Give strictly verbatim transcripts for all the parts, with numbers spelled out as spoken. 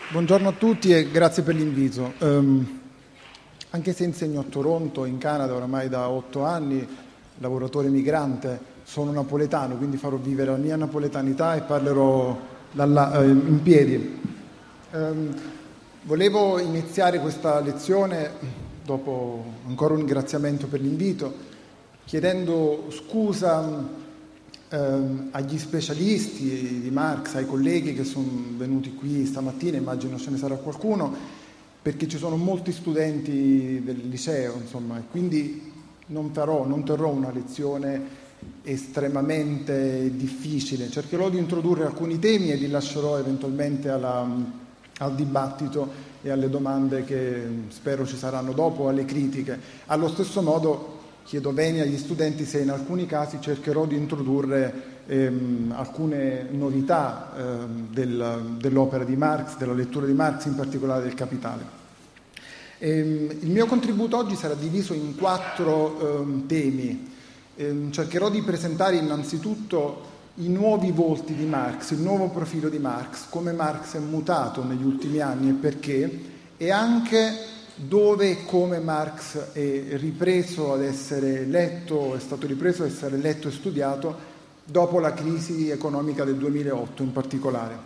Buongiorno a tutti e grazie per l'invito. Um, anche se insegno a Toronto, in Canada, oramai da otto anni, lavoratore migrante, sono napoletano, quindi farò vivere la mia napoletanità e parlerò dalla, eh, in piedi. Um, volevo iniziare questa lezione, dopo ancora un ringraziamento per l'invito, chiedendo scusa ehm, agli specialisti di Marx, ai colleghi che sono venuti qui stamattina, immagino ce ne sarà qualcuno, perché ci sono molti studenti del liceo, insomma, e quindi non farò, non terrò una lezione estremamente difficile, cercherò di introdurre alcuni temi e li lascerò eventualmente alla, al dibattito e alle domande che spero ci saranno dopo, alle critiche. Allo stesso modo chiedo bene agli studenti se in alcuni casi cercherò di introdurre ehm, alcune novità ehm, del, dell'opera di Marx, della lettura di Marx, in particolare del Capitale. Ehm, il mio contributo oggi sarà diviso in quattro ehm, temi. Ehm, cercherò di presentare innanzitutto i nuovi volti di Marx, il nuovo profilo di Marx, come Marx è mutato negli ultimi anni e perché, e anche dove e come Marx è ripreso ad essere letto, è stato ripreso ad essere letto e studiato dopo la crisi economica del duemilaotto in particolare.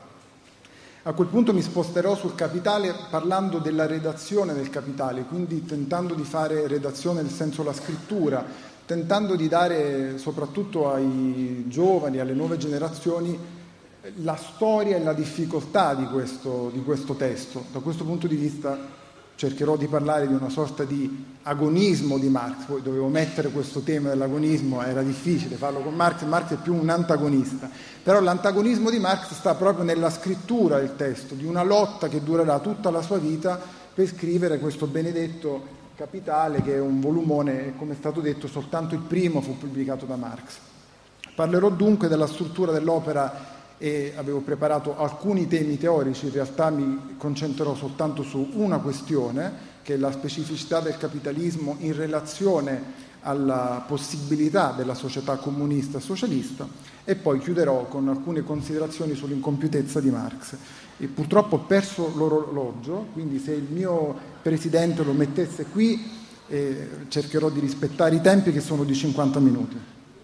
A quel punto mi sposterò sul Capitale parlando della redazione del Capitale, quindi tentando di fare redazione nel senso la scrittura, tentando di dare soprattutto ai giovani, alle nuove generazioni, la storia e la difficoltà di questo, di questo testo. Da questo punto di vista cercherò di parlare di una sorta di agonismo di Marx. Poi dovevo mettere questo tema dell'agonismo, era difficile farlo con Marx, Marx è più un antagonista, però l'antagonismo di Marx sta proprio nella scrittura del testo, di una lotta che durerà tutta la sua vita per scrivere questo benedetto Capitale, che è un volumone, e come è stato detto soltanto il primo fu pubblicato da Marx. Parlerò dunque della struttura dell'opera e avevo preparato alcuni temi teorici, in realtà mi concentrerò soltanto su una questione, che è la specificità del capitalismo in relazione alla possibilità della società comunista e socialista, e poi chiuderò con alcune considerazioni sull'incompiutezza di Marx. E purtroppo ho perso l'orologio, quindi se il mio presidente lo mettesse qui eh, cercherò di rispettare i tempi, che sono di cinquanta minuti.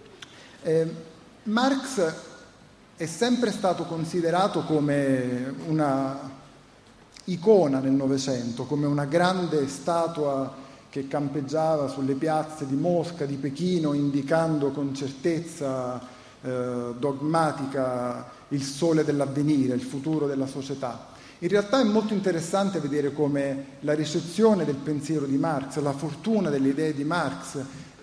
Eh, Marx è sempre stato considerato come una icona nel Novecento, come una grande statua che campeggiava sulle piazze di Mosca, di Pechino, indicando con certezza eh, dogmatica il sole dell'avvenire, il futuro della società. In realtà è molto interessante vedere come la ricezione del pensiero di Marx, la fortuna delle idee di Marx,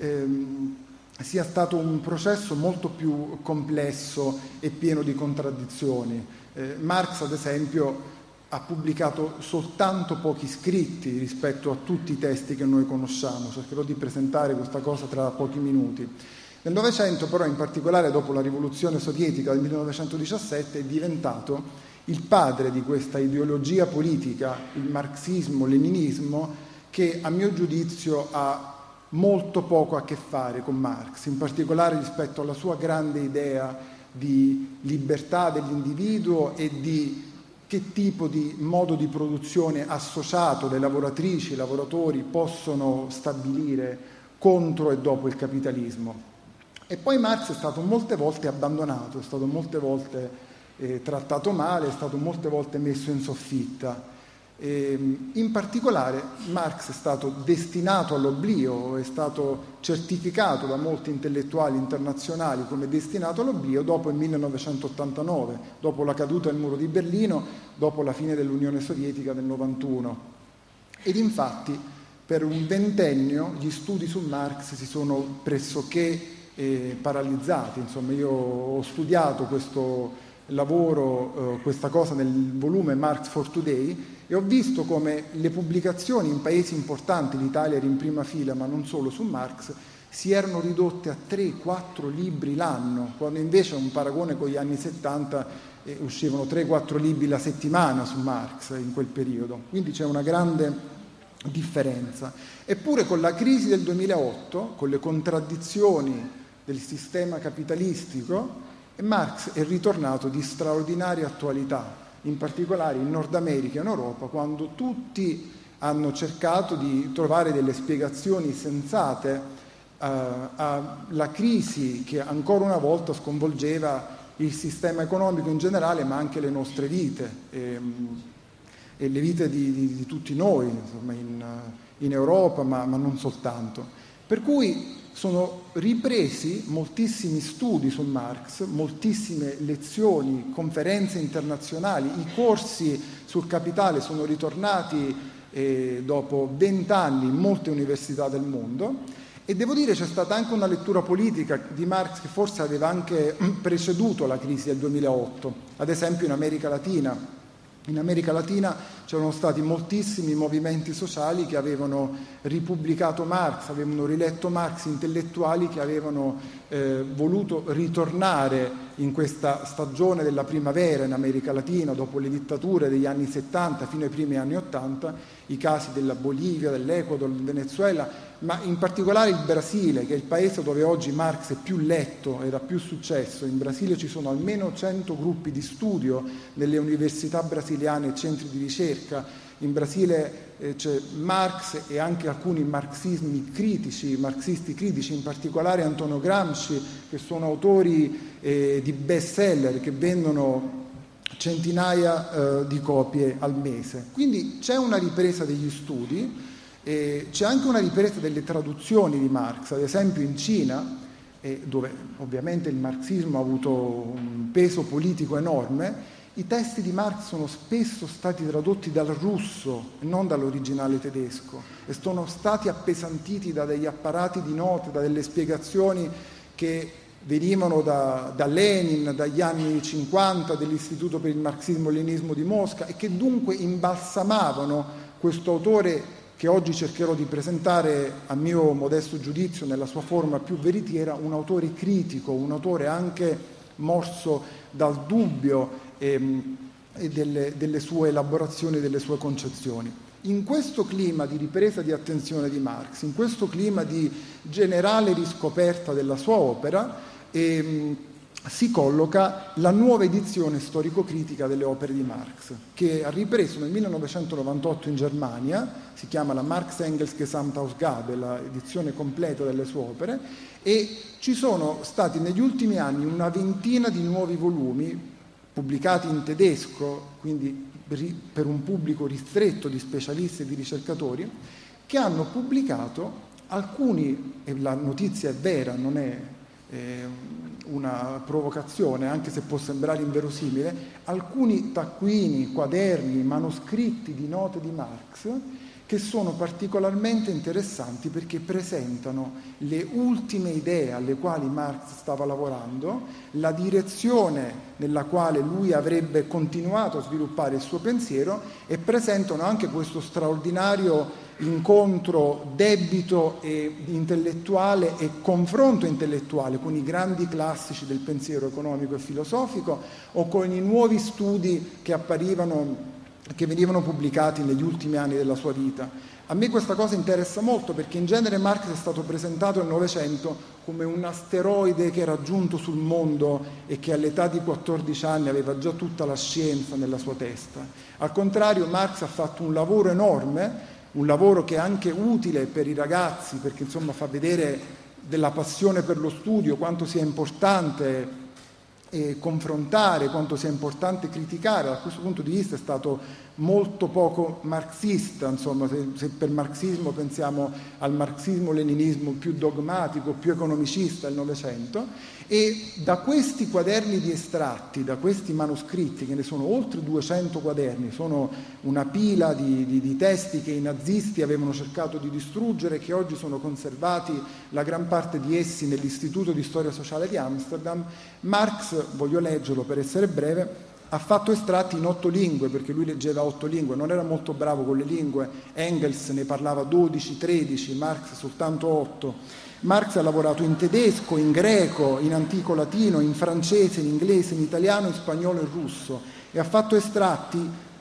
ehm, sia stato un processo molto più complesso e pieno di contraddizioni. Eh, Marx, ad esempio, ha pubblicato soltanto pochi scritti rispetto a tutti i testi che noi conosciamo. Cercherò di presentare questa cosa tra pochi minuti. Nel Novecento, però, in particolare dopo la rivoluzione sovietica del millenovecentodiciassette, è diventato il padre di questa ideologia politica, il marxismo-leninismo, che a mio giudizio ha molto poco a che fare con Marx, in particolare rispetto alla sua grande idea di libertà dell'individuo e di che tipo di modo di produzione associato le lavoratrici e i lavoratori possono stabilire contro e dopo il capitalismo. E poi Marx è stato molte volte abbandonato, è stato molte volte eh, trattato male, è stato molte volte messo in soffitta. E, in particolare Marx è stato destinato all'oblio, è stato certificato da molti intellettuali internazionali come destinato all'oblio dopo il millenovecentottantanove, dopo la caduta del muro di Berlino, dopo la fine dell'Unione Sovietica del novantuno. Ed infatti per un ventennio gli studi su Marx si sono pressoché eh, paralizzati. Insomma, io ho studiato questo lavoro, eh, questa cosa nel volume Marx for Today, e ho visto come le pubblicazioni in paesi importanti, l'Italia era in prima fila, ma non solo, su Marx, si erano ridotte a tre quattro libri l'anno, quando invece, un paragone con gli anni settanta, eh, uscivano tre quattro libri la settimana su Marx in quel periodo. Quindi c'è una grande differenza. Eppure con la crisi del duemilaotto, con le contraddizioni del sistema capitalistico, Marx è ritornato di straordinaria attualità. in particolare in Nord America e in Europa, quando tutti hanno cercato di trovare delle spiegazioni sensate uh, alla crisi che ancora una volta sconvolgeva il sistema economico in generale, ma anche le nostre vite e, e le vite di, di, di tutti noi, insomma, in, in Europa, ma, ma non soltanto. Per cui sono ripresi moltissimi studi su Marx, moltissime lezioni, conferenze internazionali, i corsi sul Capitale sono ritornati eh, dopo vent'anni in molte università del mondo, e devo dire c'è stata anche una lettura politica di Marx che forse aveva anche preceduto la crisi del duemilaotto, ad esempio in America Latina. In America Latina c'erano stati moltissimi movimenti sociali che avevano ripubblicato Marx, avevano riletto Marx, intellettuali che avevano eh, voluto ritornare in questa stagione della primavera in America Latina, dopo le dittature degli anni settanta fino ai primi anni ottanta, i casi della Bolivia, dell'Ecuador, del Venezuela, ma in particolare il Brasile, che è il paese dove oggi Marx è più letto ed ha più successo. In Brasile ci sono almeno cento gruppi di studio nelle università brasiliane e centri di ricerca. In Brasile eh, c'è Marx e anche alcuni marxismi critici, marxisti critici, in particolare Antonio Gramsci, che sono autori eh, di best seller che vendono centinaia eh, di copie al mese. Quindi c'è una ripresa degli studi. E c'è anche una ripresa delle traduzioni di Marx, ad esempio in Cina, eh, dove ovviamente il marxismo ha avuto un peso politico enorme, i testi di Marx sono spesso stati tradotti dal russo e non dall'originale tedesco e sono stati appesantiti da degli apparati di note, da delle spiegazioni che venivano da, da Lenin, dagli anni cinquanta, dell'Istituto per il Marxismo-Leninismo di Mosca, e che dunque imbalsamavano questo autore che oggi cercherò di presentare, a mio modesto giudizio, nella sua forma più veritiera, un autore critico, un autore anche morso dal dubbio e, e delle, delle sue elaborazioni, delle sue concezioni. In questo clima di ripresa di attenzione di Marx, in questo clima di generale riscoperta della sua opera, ehm, si colloca la nuova edizione storico-critica delle opere di Marx, che ha ripreso nel millenovecentonovantotto in Germania, si chiama la Marx-Engels-Gesamtausgabe, l'edizione completa delle sue opere, e ci sono stati negli ultimi anni una ventina di nuovi volumi pubblicati in tedesco, quindi per un pubblico ristretto di specialisti e di ricercatori, che hanno pubblicato alcuni, e la notizia è vera, non è eh, una provocazione, anche se può sembrare inverosimile, alcuni taccuini, quaderni, manoscritti di note di Marx che sono particolarmente interessanti perché presentano le ultime idee alle quali Marx stava lavorando, la direzione nella quale lui avrebbe continuato a sviluppare il suo pensiero, e presentano anche questo straordinario incontro debito e intellettuale e confronto intellettuale con i grandi classici del pensiero economico e filosofico o con i nuovi studi che apparivano, che venivano pubblicati negli ultimi anni della sua vita. A me questa cosa interessa molto perché in genere Marx è stato presentato nel Novecento come un asteroide che era giunto sul mondo e che all'età di quattordici anni aveva già tutta la scienza nella sua testa. Al contrario, Marx ha fatto un lavoro enorme, un lavoro che è anche utile per i ragazzi, perché insomma fa vedere della passione per lo studio, quanto sia importante eh, confrontare, quanto sia importante criticare. Da questo punto di vista è stato molto poco marxista, insomma, se, se per marxismo pensiamo al marxismo-leninismo più dogmatico, più economicista del Novecento, e da questi quaderni di estratti, da questi manoscritti, che ne sono oltre duecento quaderni, sono una pila di, di, di testi che i nazisti avevano cercato di distruggere, che oggi sono conservati, la gran parte di essi, nell'Istituto di Storia Sociale di Amsterdam. Marx, voglio leggerlo per essere breve, ha fatto estratti in otto lingue, perché lui leggeva otto lingue, non era molto bravo con le lingue. Engels ne parlava dodici, tredici, Marx soltanto otto. Marx ha lavorato in tedesco, in greco, in antico latino, in francese, in inglese, in italiano, in spagnolo e in russo, e ha fatto estratti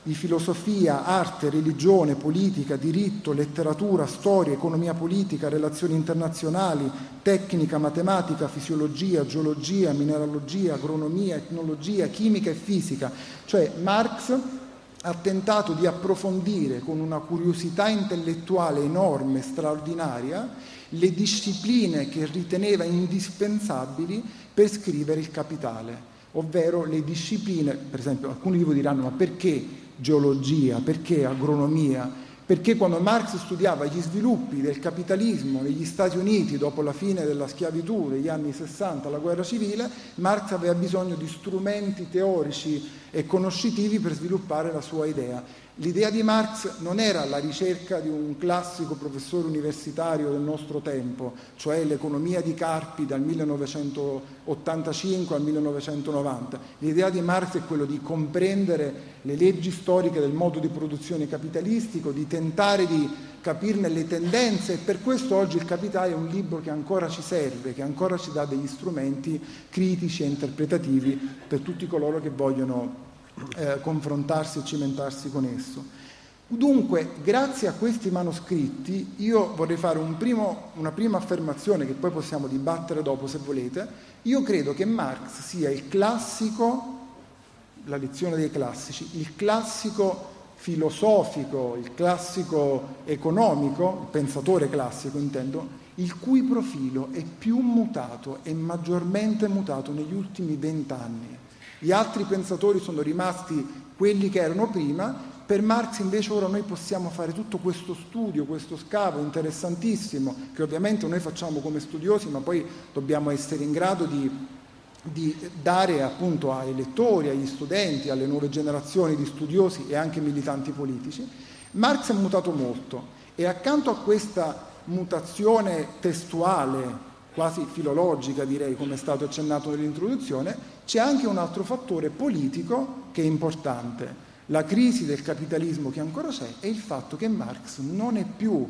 di filosofia, arte, religione, politica, diritto, letteratura, storia, economia politica, relazioni internazionali, tecnica, matematica, fisiologia, geologia, mineralogia, agronomia, etnologia, chimica e fisica. Cioè Marx ha tentato di approfondire con una curiosità intellettuale enorme, straordinaria, le discipline che riteneva indispensabili per scrivere il Capitale, ovvero le discipline, per esempio alcuni di voi diranno ma perché geologia, perché agronomia? Perché quando Marx studiava gli sviluppi del capitalismo negli Stati Uniti dopo la fine della schiavitù degli anni sessanta, la guerra civile, Marx aveva bisogno di strumenti teorici e conoscitivi per sviluppare la sua idea. L'idea di Marx non era la ricerca di un classico professore universitario del nostro tempo, cioè l'economia di Carpi dal millenovecentottantacinque al millenovecentonovanta. L'idea di Marx è quella di comprendere le leggi storiche del modo di produzione capitalistico, di tentare di capirne le tendenze, e per questo oggi il Capitale è un libro che ancora ci serve, che ancora ci dà degli strumenti critici e interpretativi per tutti coloro che vogliono Eh, confrontarsi e cimentarsi con esso. Dunque, grazie a questi manoscritti, io vorrei fare un primo, una prima affermazione che poi possiamo dibattere dopo se volete. Io credo che Marx sia il classico, la lezione dei classici, il classico filosofico, il classico economico, il pensatore classico intendo, il cui profilo è più mutato e maggiormente mutato negli ultimi vent'anni. Gli altri pensatori sono rimasti quelli che erano prima, per Marx invece ora noi possiamo fare tutto questo studio, questo scavo interessantissimo, che ovviamente noi facciamo come studiosi, ma poi dobbiamo essere in grado di, di dare appunto ai lettori, agli studenti, alle nuove generazioni di studiosi e anche militanti politici. Marx è mutato molto e accanto a questa mutazione testuale, quasi filologica direi, come è stato accennato nell'introduzione, c'è anche un altro fattore politico che è importante. La crisi del capitalismo che ancora c'è è il fatto che Marx non è più,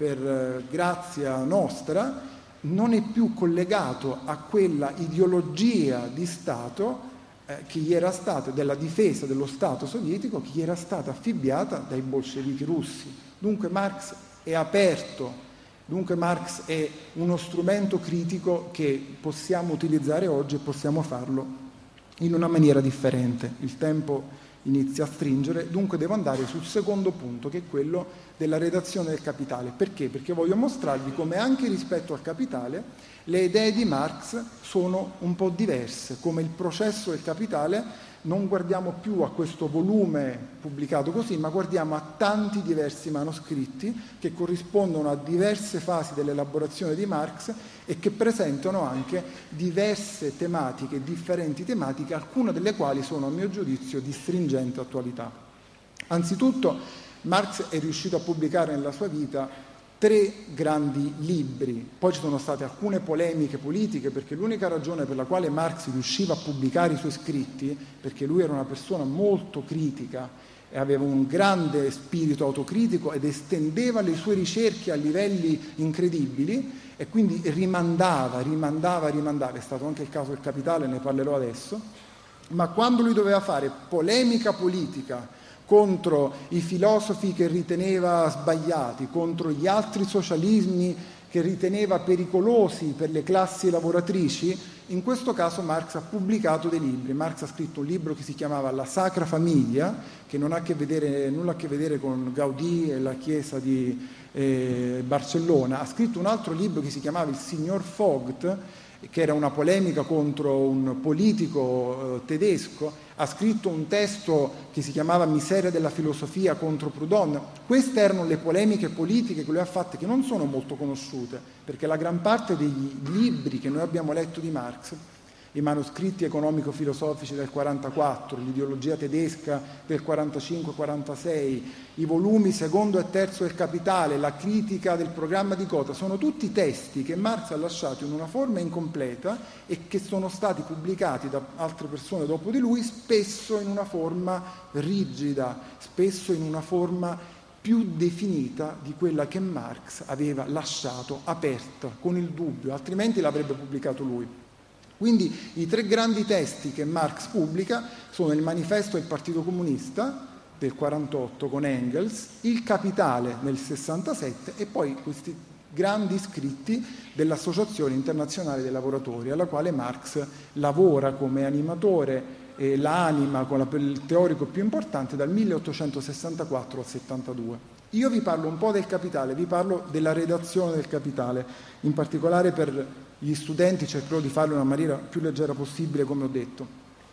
per grazia nostra, non è più collegato a quella ideologia di Stato eh, che gli era stata, della difesa dello Stato sovietico, che gli era stata affibbiata dai bolscevichi russi. Dunque Marx è aperto. Dunque Marx è uno strumento critico che possiamo utilizzare oggi e possiamo farlo in una maniera differente. Il tempo inizia a stringere, dunque devo andare sul secondo punto, che è quello della redazione del Capitale. Perché? Perché voglio mostrarvi come anche rispetto al Capitale le idee di Marx sono un po' diverse, come il processo del Capitale non guardiamo più a questo volume pubblicato così, ma guardiamo a tanti diversi manoscritti che corrispondono a diverse fasi dell'elaborazione di Marx e che presentano anche diverse tematiche, differenti tematiche, alcune delle quali sono a mio giudizio di stringente attualità. Anzitutto Marx è riuscito a pubblicare nella sua vita tre grandi libri, poi ci sono state alcune polemiche politiche, perché l'unica ragione per la quale Marx riusciva a pubblicare i suoi scritti, perché lui era una persona molto critica e aveva un grande spirito autocritico ed estendeva le sue ricerche a livelli incredibili e quindi rimandava, rimandava, rimandava, è stato anche il caso del Capitale, ne parlerò adesso, ma quando lui doveva fare polemica politica contro i filosofi che riteneva sbagliati, contro gli altri socialismi che riteneva pericolosi per le classi lavoratrici, in questo caso Marx ha pubblicato dei libri. Marx ha scritto un libro che si chiamava La Sacra Famiglia, che non ha a che vedere, nulla a che vedere con Gaudì e la chiesa di eh, Barcellona. Ha scritto un altro libro che si chiamava Il Signor Vogt, che era una polemica contro un politico eh, tedesco. Ha scritto un testo che si chiamava Miseria della filosofia contro Proudhon. Queste erano le polemiche politiche che lui ha fatte, che non sono molto conosciute, perché la gran parte degli libri che noi abbiamo letto di Marx, i manoscritti economico-filosofici del quarantaquattro, l'ideologia tedesca del quarantacinque quarantasei, i volumi secondo e terzo del Capitale, la critica del programma di Gotha, sono tutti testi che Marx ha lasciato in una forma incompleta e che sono stati pubblicati da altre persone dopo di lui, spesso in una forma rigida, spesso in una forma più definita di quella che Marx aveva lasciato aperta, con il dubbio, altrimenti l'avrebbe pubblicato lui. Quindi i tre grandi testi che Marx pubblica sono il Manifesto del Partito Comunista, del quarantotto con Engels, Il Capitale nel sessantasette e poi questi grandi scritti dell'Associazione Internazionale dei Lavoratori, alla quale Marx lavora come animatore e la anima con la, il teorico più importante dal milleottocentosessantaquattro al settantadue. Io vi parlo un po' del Capitale, vi parlo della redazione del Capitale, in particolare per gli studenti cercherò di farlo in una maniera più leggera possibile, come ho detto.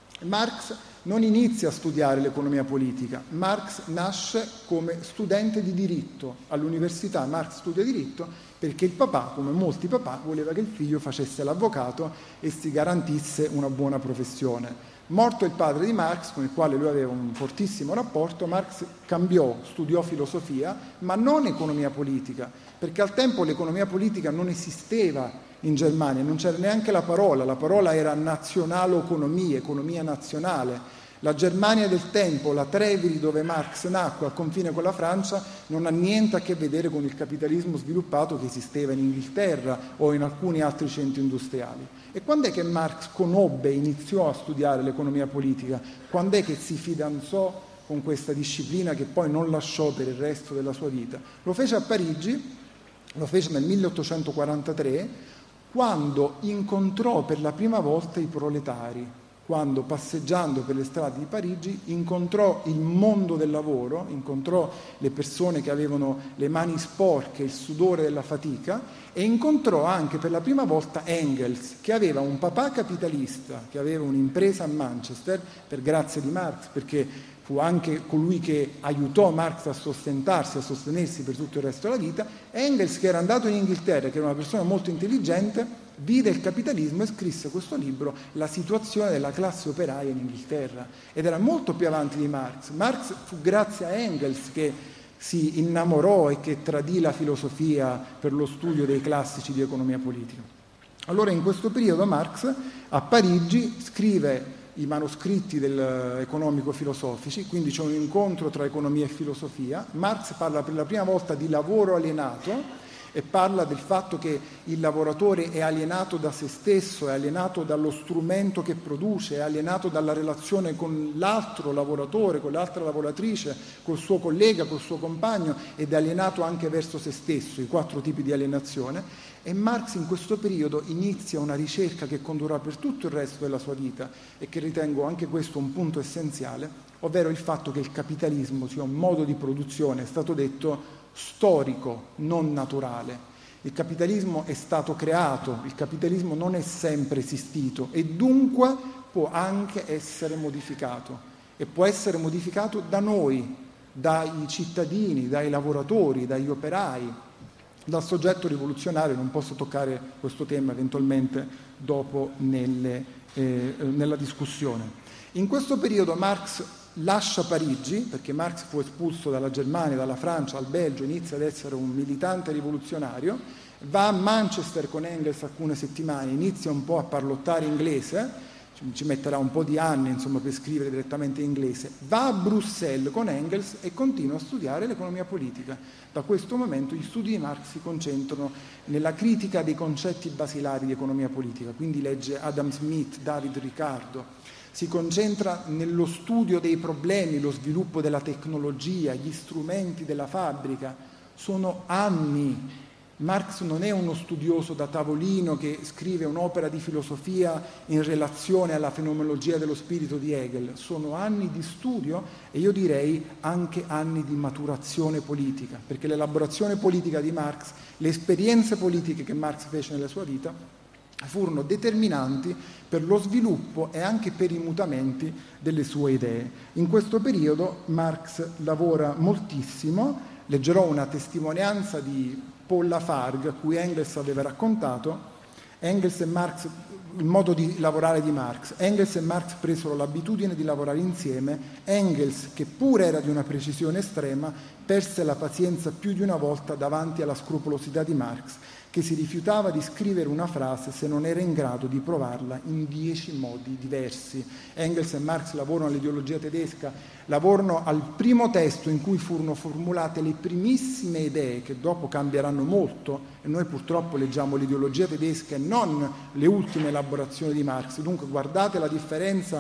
Marx non inizia a studiare l'economia politica, Marx nasce come studente di diritto. All'università Marx studia diritto perché il papà, come molti papà, voleva che il figlio facesse l'avvocato e si garantisse una buona professione. Morto il padre di Marx, con il quale lui aveva un fortissimo rapporto, Marx cambiò, studiò filosofia, ma non economia politica, perché al tempo l'economia politica non esisteva in Germania, non c'era neanche la parola, la parola era nazionaloeconomia, economia nazionale. La Germania del tempo, la Treviri dove Marx nacque al confine con la Francia, non ha niente a che vedere con il capitalismo sviluppato che esisteva in Inghilterra o in alcuni altri centri industriali. E quando è che Marx conobbe, iniziò a studiare l'economia politica? Quando è che si fidanzò con questa disciplina che poi non lasciò per il resto della sua vita? Lo fece a Parigi, lo fece nel milleottocentoquarantatré, quando incontrò per la prima volta i proletari, quando passeggiando per le strade di Parigi incontrò il mondo del lavoro, incontrò le persone che avevano le mani sporche, il sudore della fatica, e incontrò anche per la prima volta Engels, che aveva un papà capitalista, che aveva un'impresa a Manchester, per grazia di Marx, perché fu anche colui che aiutò Marx a sostentarsi, a sostenersi per tutto il resto della vita. Engels, che era andato in Inghilterra, che era una persona molto intelligente, vide il capitalismo e scrisse questo libro, La situazione della classe operaia in Inghilterra, ed era molto più avanti di Marx. Marx fu grazie a Engels che si innamorò e che tradì la filosofia per lo studio dei classici di economia politica. Allora in questo periodo Marx a Parigi scrive i manoscritti del, economico-filosofici, quindi c'è un incontro tra economia e filosofia. Marx parla per la prima volta di lavoro alienato e parla del fatto che il lavoratore è alienato da se stesso, è alienato dallo strumento che produce, è alienato dalla relazione con l'altro lavoratore, con l'altra lavoratrice, col suo collega, col suo compagno, ed è alienato anche verso se stesso, i quattro tipi di alienazione. E Marx in questo periodo inizia una ricerca che condurrà per tutto il resto della sua vita e che ritengo anche questo un punto essenziale, ovvero il fatto che il capitalismo sia un modo di produzione, è stato detto, storico, non naturale. Il capitalismo è stato creato, il capitalismo non è sempre esistito e dunque può anche essere modificato e può essere modificato da noi, dai cittadini, dai lavoratori, dagli operai, dal soggetto rivoluzionario. Non posso toccare questo tema eventualmente dopo nelle, eh, nella discussione. In questo periodo Marx lascia Parigi, perché Marx fu espulso dalla Germania, dalla Francia, al Belgio, inizia ad essere un militante rivoluzionario, va a Manchester con Engels alcune settimane, inizia un po' a parlottare inglese, ci metterà un po' di anni insomma per scrivere direttamente in inglese, va a Bruxelles con Engels e continua a studiare l'economia politica. Da questo momento gli studi di Marx si concentrano nella critica dei concetti basilari di economia politica, quindi legge Adam Smith, David Ricardo, si concentra nello studio dei problemi, lo sviluppo della tecnologia, gli strumenti della fabbrica. Sono anni. Marx non è uno studioso da tavolino che scrive un'opera di filosofia in relazione alla fenomenologia dello spirito di Hegel. Sono anni di studio e io direi anche anni di maturazione politica, perché l'elaborazione politica di Marx, le esperienze politiche che Marx fece nella sua vita, furono determinanti per lo sviluppo e anche per i mutamenti delle sue idee. In questo periodo Marx lavora moltissimo, leggerò una testimonianza di Paul Lafargue a cui Engels aveva raccontato. Engels e Marx, il modo di lavorare di Marx. Engels e Marx presero l'abitudine di lavorare insieme. Engels, che pure era di una precisione estrema, perse la pazienza più di una volta davanti alla scrupolosità di Marx, che si rifiutava di scrivere una frase se non era in grado di provarla in dieci modi diversi. Engels e Marx lavorano all'ideologia tedesca, lavorano al primo testo in cui furono formulate le primissime idee che dopo cambieranno molto, e noi purtroppo leggiamo l'ideologia tedesca e non le ultime elaborazioni di Marx. Dunque guardate la differenza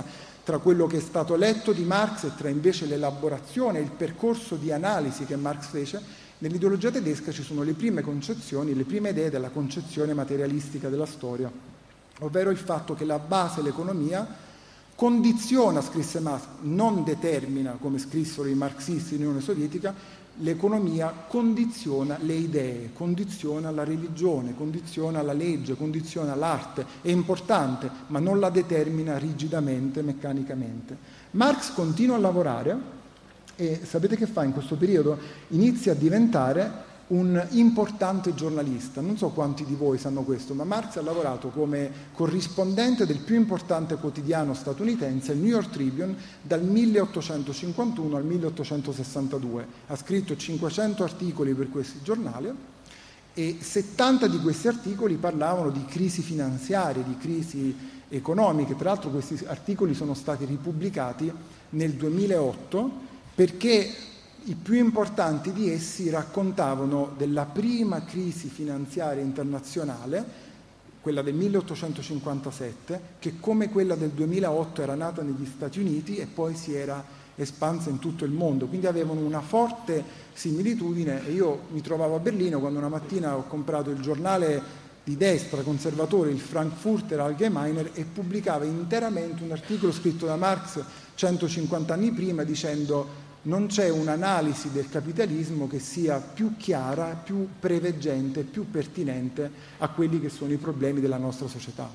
tra quello che è stato letto di Marx e tra invece l'elaborazione e il percorso di analisi che Marx fece, nell'ideologia tedesca ci sono le prime concezioni, le prime idee della concezione materialistica della storia, ovvero il fatto che la base, l'economia, condiziona, scrisse Marx, non determina, come scrissero i marxisti in Unione Sovietica, l'economia condiziona le idee, condiziona la religione, condiziona la legge, condiziona l'arte, è importante, ma non la determina rigidamente, meccanicamente. Marx continua a lavorare e sapete che fa in questo periodo? Inizia a diventare un importante giornalista. Non so quanti di voi sanno questo, ma Marx ha lavorato come corrispondente del più importante quotidiano statunitense, il New York Tribune, dal milleottocentocinquantuno al milleottocentosessantadue. Ha scritto cinquecento articoli per questo giornale e settanta di questi articoli parlavano di crisi finanziarie, di crisi economiche. Tra l'altro questi articoli sono stati ripubblicati nel duemilaotto perché i più importanti di essi raccontavano della prima crisi finanziaria internazionale, quella del milleottocentocinquantasette, che come quella del duemilaotto era nata negli Stati Uniti e poi si era espansa in tutto il mondo. Quindi avevano una forte similitudine e io mi trovavo a Berlino quando una mattina ho comprato il giornale di destra conservatore, il Frankfurter Allgemeiner, e pubblicava interamente un articolo scritto da Marx centocinquanta anni prima dicendo: non c'è un'analisi del capitalismo che sia più chiara, più preveggente, più pertinente a quelli che sono i problemi della nostra società.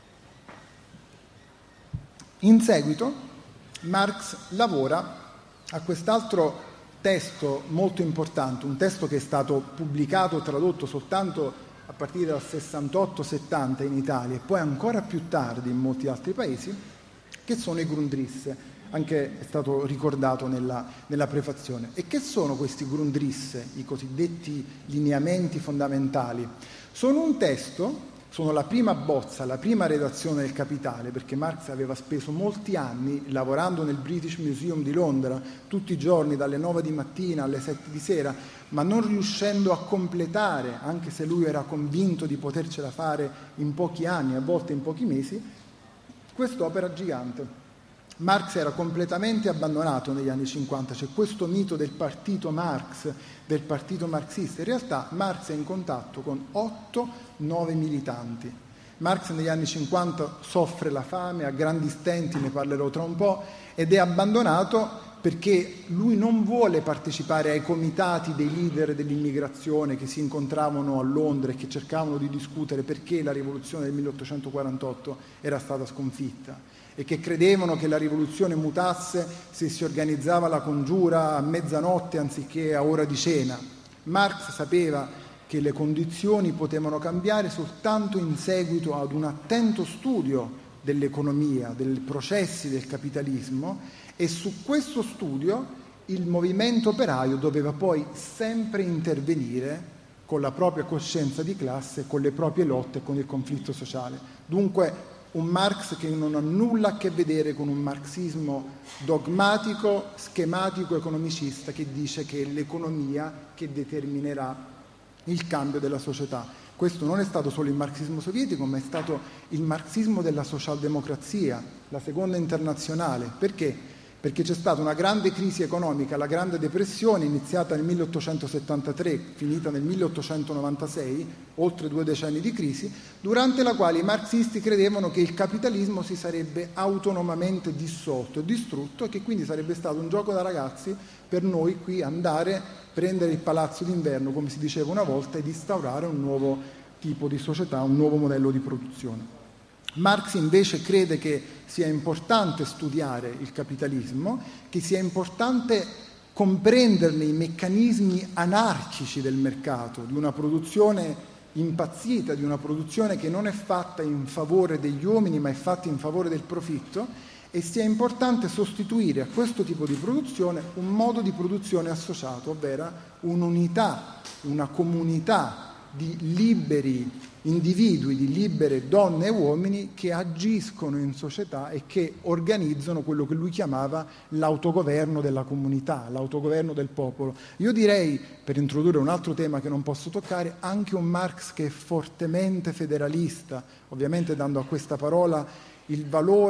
In seguito Marx lavora a quest'altro testo molto importante, un testo che è stato pubblicato, tradotto soltanto a partire dal sessantotto settanta in Italia e poi ancora più tardi in molti altri paesi, che sono i Grundrisse. Anche è stato ricordato nella, nella prefazione. E che sono questi Grundrisse, i cosiddetti lineamenti fondamentali? Sono un testo, sono la prima bozza, la prima redazione del Capitale, perché Marx aveva speso molti anni lavorando nel British Museum di Londra, tutti i giorni dalle nove di mattina alle sette di sera, ma non riuscendo a completare, anche se lui era convinto di potercela fare in pochi anni, a volte in pochi mesi, quest'opera gigante. Marx era completamente abbandonato negli anni cinquanta, c'è questo mito del partito Marx, del partito marxista. In realtà Marx è in contatto con otto nove militanti. Marx negli anni cinquanta soffre la fame, ha grandi stenti, ne parlerò tra un po', ed è abbandonato perché lui non vuole partecipare ai comitati dei leader dell'immigrazione che si incontravano a Londra e che cercavano di discutere perché la rivoluzione del milleottocentoquarantotto era stata sconfitta e che credevano che la rivoluzione mutasse se si organizzava la congiura a mezzanotte anziché a ora di cena. Marx sapeva che le condizioni potevano cambiare soltanto in seguito ad un attento studio dell'economia, dei processi del capitalismo, e su questo studio il movimento operaio doveva poi sempre intervenire con la propria coscienza di classe, con le proprie lotte, con il conflitto sociale. Dunque un Marx che non ha nulla a che vedere con un marxismo dogmatico, schematico, economicista che dice che è l'economia che determinerà il cambio della società. Questo non è stato solo il marxismo sovietico, ma è stato il marxismo della socialdemocrazia, la seconda internazionale. Perché? Perché c'è stata una grande crisi economica, la Grande Depressione, iniziata nel milleottocentosettantatré, finita nel milleottocentonovantasei, oltre due decenni di crisi, durante la quale i marxisti credevano che il capitalismo si sarebbe autonomamente dissolto e distrutto e che quindi sarebbe stato un gioco da ragazzi per noi qui andare, prendere il palazzo d'inverno, come si diceva una volta, ed instaurare un nuovo tipo di società, un nuovo modello di produzione. Marx invece crede che sia importante studiare il capitalismo, che sia importante comprenderne i meccanismi anarchici del mercato, di una produzione impazzita, di una produzione che non è fatta in favore degli uomini ma è fatta in favore del profitto, e sia importante sostituire a questo tipo di produzione un modo di produzione associato, ovvero un'unità, una comunità di liberi individui, di libere donne e uomini che agiscono in società e che organizzano quello che lui chiamava l'autogoverno della comunità, l'autogoverno del popolo. Io direi, per introdurre un altro tema che non posso toccare, anche un Marx che è fortemente federalista, ovviamente dando a questa parola il valore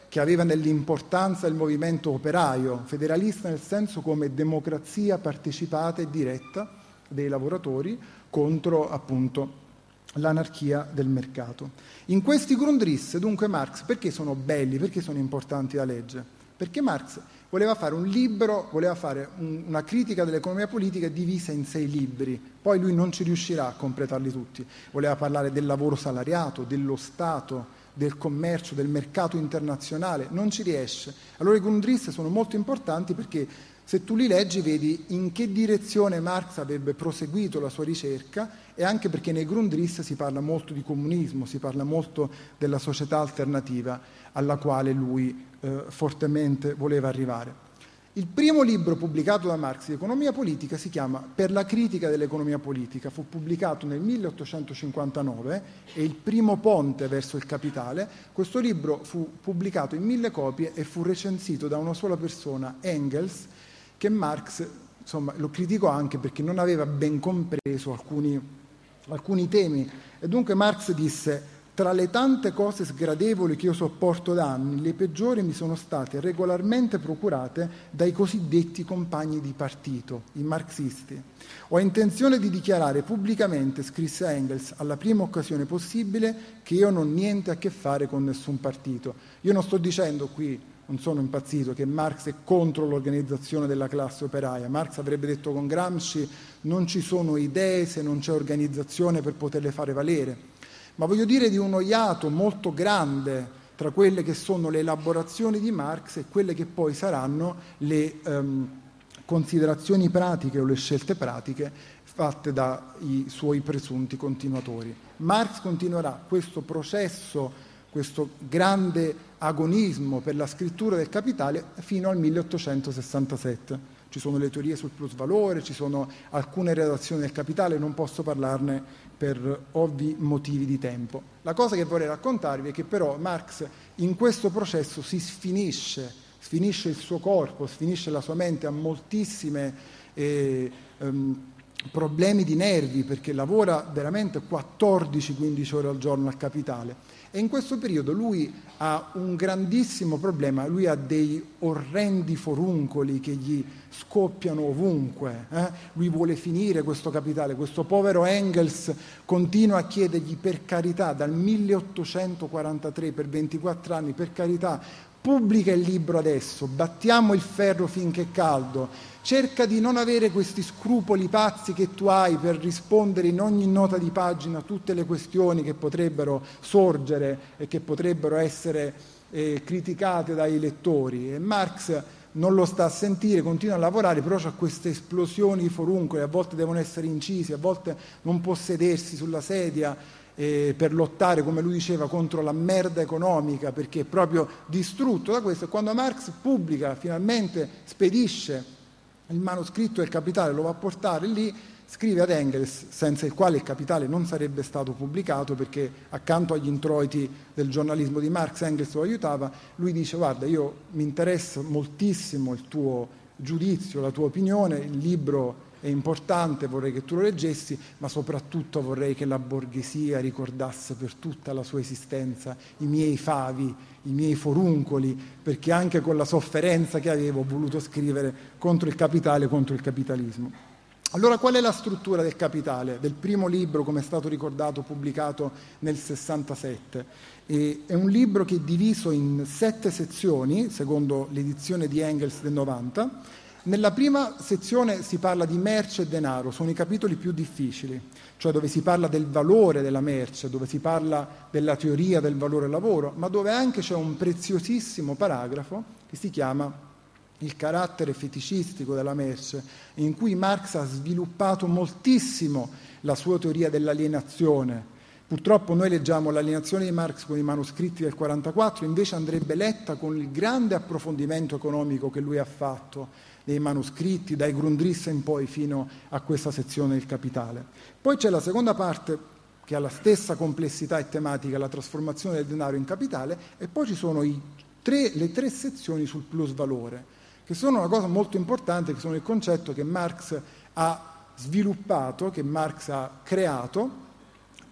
che aveva nell'importanza il movimento operaio, federalista nel senso come democrazia partecipata e diretta dei lavoratori contro appunto l'anarchia del mercato. In questi Grundrisse, dunque, Marx, perché sono belli, perché sono importanti da leggere? Perché Marx voleva fare un libro, voleva fare un, una critica dell'economia politica divisa in sei libri, poi lui non ci riuscirà a completarli tutti. Voleva parlare del lavoro salariato, dello Stato, del commercio, del mercato internazionale, non ci riesce. Allora i Grundrisse sono molto importanti perché se tu li leggi vedi in che direzione Marx avrebbe proseguito la sua ricerca, e anche perché nei Grundrisse si parla molto di comunismo, si parla molto della società alternativa alla quale lui eh, fortemente voleva arrivare. Il primo libro pubblicato da Marx di economia politica si chiama Per la critica dell'economia politica, fu pubblicato nel milleottocentocinquantanove, è il primo ponte verso il capitale. Questo libro fu pubblicato in mille copie e fu recensito da una sola persona, Engels, che Marx, insomma, lo criticò anche perché non aveva ben compreso alcuni, alcuni temi, e dunque Marx disse: tra le tante cose sgradevoli che io sopporto da anni, le peggiori mi sono state regolarmente procurate dai cosiddetti compagni di partito, i marxisti. Ho intenzione di dichiarare pubblicamente, scrisse Engels, alla prima occasione possibile, che io non ho niente a che fare con nessun partito. Io non sto dicendo qui, non sono impazzito, che Marx è contro l'organizzazione della classe operaia. Marx avrebbe detto con Gramsci: non ci sono idee se non c'è organizzazione per poterle fare valere. Ma voglio dire di uno iato molto grande tra quelle che sono le elaborazioni di Marx e quelle che poi saranno le um, considerazioni pratiche o le scelte pratiche fatte dai suoi presunti continuatori. Marx continuerà questo processo, questo grande agonismo per la scrittura del Capitale fino al milleottocentosessantasette. Ci sono le teorie sul plusvalore, ci sono alcune redazioni del Capitale, non posso parlarne per ovvi motivi di tempo. La cosa che vorrei raccontarvi è che però Marx in questo processo si sfinisce, sfinisce il suo corpo, sfinisce la sua mente, ha moltissime eh, um, problemi di nervi perché lavora veramente quattordici quindici ore al giorno al Capitale. E in questo periodo lui ha un grandissimo problema, lui ha dei orrendi foruncoli che gli scoppiano ovunque, eh? Lui vuole finire questo Capitale, questo povero Engels continua a chiedergli per carità dal milleottocentoquarantatré per ventiquattro anni, per carità, pubblica il libro adesso, battiamo il ferro finché è caldo, cerca di non avere questi scrupoli pazzi che tu hai per rispondere in ogni nota di pagina a tutte le questioni che potrebbero sorgere e che potrebbero essere eh, criticate dai lettori. E Marx non lo sta a sentire, continua a lavorare, però c'ha queste esplosioni di foruncoli, a volte devono essere incisi, a volte non può sedersi sulla sedia eh, per lottare, come lui diceva, contro la merda economica, perché è proprio distrutto da questo. E quando Marx pubblica, finalmente spedisce il manoscritto del Capitale, lo va a portare lì, scrive ad Engels, senza il quale il Capitale non sarebbe stato pubblicato, perché accanto agli introiti del giornalismo di Marx Engels lo aiutava. Lui dice: guarda, io mi interessa moltissimo il tuo giudizio, la tua opinione, il libro è importante, vorrei che tu lo leggessi, ma soprattutto vorrei che la borghesia ricordasse per tutta la sua esistenza i miei favi, i miei foruncoli, perché anche con la sofferenza che avevo ho voluto scrivere contro il capitale, contro il capitalismo. Allora, qual è la struttura del Capitale, del primo libro, come è stato ricordato, pubblicato nel sessantasette? E è un libro che è diviso in sette sezioni, secondo l'edizione di Engels del novanta. Nella prima sezione si parla di merce e denaro, sono i capitoli più difficili, cioè dove si parla del valore della merce, dove si parla della teoria del valore lavoro, ma dove anche c'è un preziosissimo paragrafo che si chiama Il carattere feticistico della merce, in cui Marx ha sviluppato moltissimo la sua teoria dell'alienazione. Purtroppo noi leggiamo l'alienazione di Marx con i manoscritti del quarantaquattro, invece andrebbe letta con il grande approfondimento economico che lui ha fatto nei manoscritti, dai Grundrisse in poi fino a questa sezione del Capitale. Poi c'è la seconda parte che ha la stessa complessità e tematica, la trasformazione del denaro in capitale, e poi ci sono i tre, le tre sezioni sul plusvalore, che sono una cosa molto importante, che sono il concetto che Marx ha sviluppato, che Marx ha creato,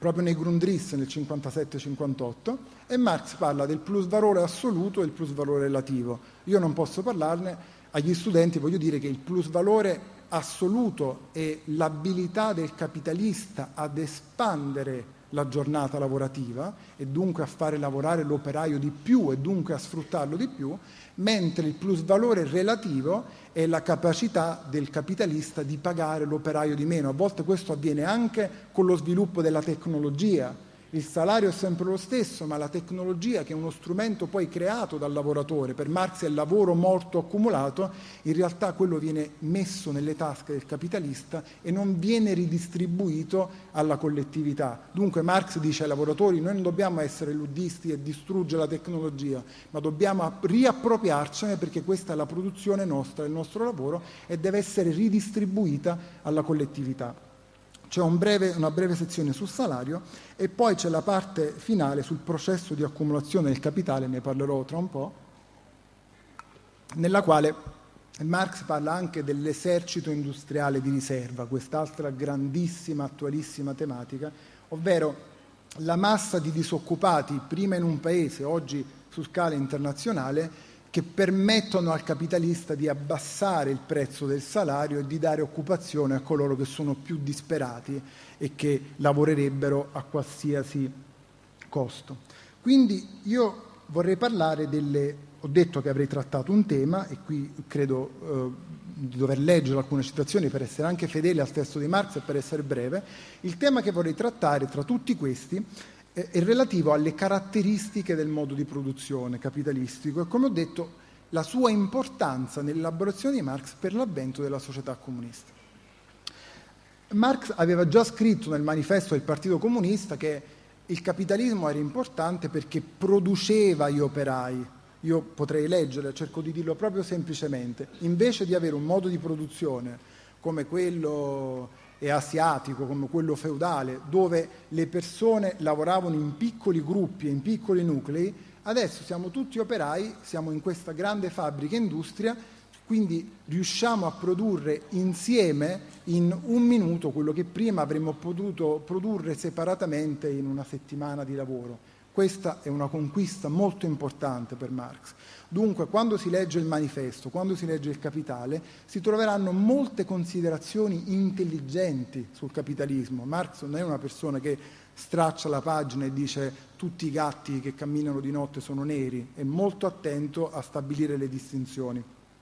proprio nei Grundrisse nel cinquantasette cinquantotto, e Marx parla del plusvalore assoluto e del plusvalore relativo. Io non posso parlarne, agli studenti voglio dire che il plusvalore assoluto è l'abilità del capitalista ad espandere la giornata lavorativa e dunque a fare lavorare l'operaio di più e dunque a sfruttarlo di più, mentre il plusvalore relativo è la capacità del capitalista di pagare l'operaio di meno. A volte questo avviene anche con lo sviluppo della tecnologia. Il salario è sempre lo stesso, ma la tecnologia, che è uno strumento poi creato dal lavoratore, per Marx è il lavoro morto accumulato, in realtà quello viene messo nelle tasche del capitalista e non viene ridistribuito alla collettività. Dunque Marx dice ai lavoratori: noi non dobbiamo essere luddisti e distruggere la tecnologia, ma dobbiamo riappropriarcene, perché questa è la produzione nostra, il nostro lavoro, e deve essere ridistribuita alla collettività. C'è un breve, una breve sezione sul salario e poi c'è la parte finale sul processo di accumulazione del capitale, ne parlerò tra un po', nella quale Marx parla anche dell'esercito industriale di riserva, quest'altra grandissima, attualissima tematica, ovvero la massa di disoccupati, prima in un paese, oggi su scala internazionale, che permettono al capitalista di abbassare il prezzo del salario e di dare occupazione a coloro che sono più disperati e che lavorerebbero a qualsiasi costo. Quindi io vorrei parlare delle... Ho detto che avrei trattato un tema, e qui credo eh, di dover leggere alcune citazioni per essere anche fedele al testo di Marx e per essere breve. Il tema che vorrei trattare tra tutti questi è relativo alle caratteristiche del modo di produzione capitalistico e, come ho detto, la sua importanza nell'elaborazione di Marx per l'avvento della società comunista. Marx aveva già scritto nel manifesto del Partito Comunista che il capitalismo era importante perché produceva gli operai. Io potrei leggere, cerco di dirlo proprio semplicemente. Invece di avere un modo di produzione come quello e asiatico, come quello feudale, dove le persone lavoravano in piccoli gruppi e in piccoli nuclei, adesso siamo tutti operai, siamo in questa grande fabbrica industria, quindi riusciamo a produrre insieme in un minuto quello che prima avremmo potuto produrre separatamente in una settimana di lavoro. Questa è una conquista molto importante per Marx. Dunque, quando si legge il manifesto, quando si legge il Capitale, si troveranno molte considerazioni intelligenti sul capitalismo. Marx non è una persona che straccia la pagina e dice tutti i gatti che camminano di notte sono neri, è molto attento a stabilire le distinzioni.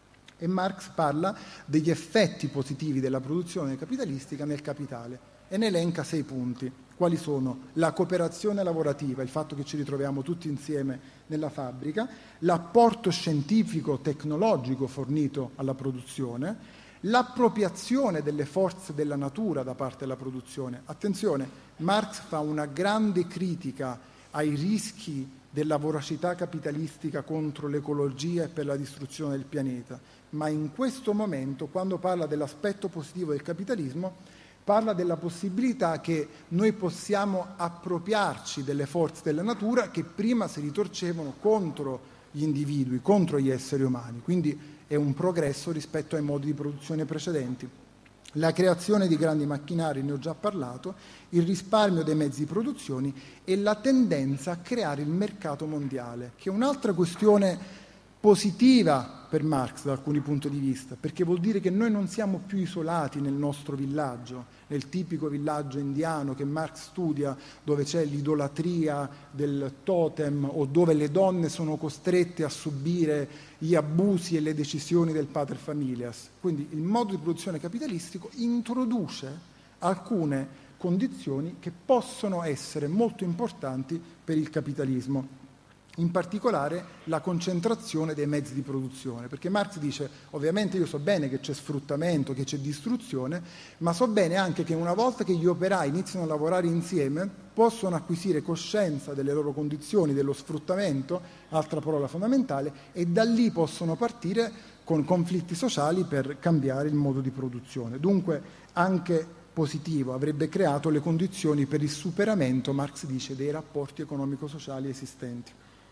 E Marx parla degli effetti positivi della produzione capitalistica nel capitale e ne elenca sei punti. Quali sono? La cooperazione lavorativa, il fatto che ci ritroviamo tutti insieme nella fabbrica, l'apporto scientifico-tecnologico fornito alla produzione, l'appropriazione delle forze della natura da parte della produzione. Attenzione, Marx fa una grande critica ai rischi della voracità capitalistica contro l'ecologia e per la distruzione del pianeta, ma in questo momento, quando parla dell'aspetto positivo del capitalismo, parla della possibilità che noi possiamo appropriarci delle forze della natura che prima si ritorcevano contro gli individui, contro gli esseri umani. Quindi è un progresso rispetto ai modi di produzione precedenti. La creazione di grandi macchinari, ne ho già parlato, il risparmio dei mezzi di produzione e la tendenza a creare il mercato mondiale, che è un'altra questione positiva per Marx da alcuni punti di vista, perché vuol dire che noi non siamo più isolati nel nostro villaggio, nel tipico villaggio indiano che Marx studia, dove c'è l'idolatria del totem o dove le donne sono costrette a subire gli abusi e le decisioni del pater familias. Quindi il modo di produzione capitalistico introduce alcune condizioni che possono essere molto importanti per il capitalismo. In particolare la concentrazione dei mezzi di produzione, perché Marx dice ovviamente io so bene che c'è sfruttamento, che c'è distruzione, ma so bene anche che una volta che gli operai iniziano a lavorare insieme possono acquisire coscienza delle loro condizioni, dello sfruttamento, altra parola fondamentale, e da lì possono partire con conflitti sociali per cambiare il modo di produzione. Dunque anche positivo, avrebbe creato le condizioni per il superamento, Marx dice, dei rapporti economico-sociali esistenti.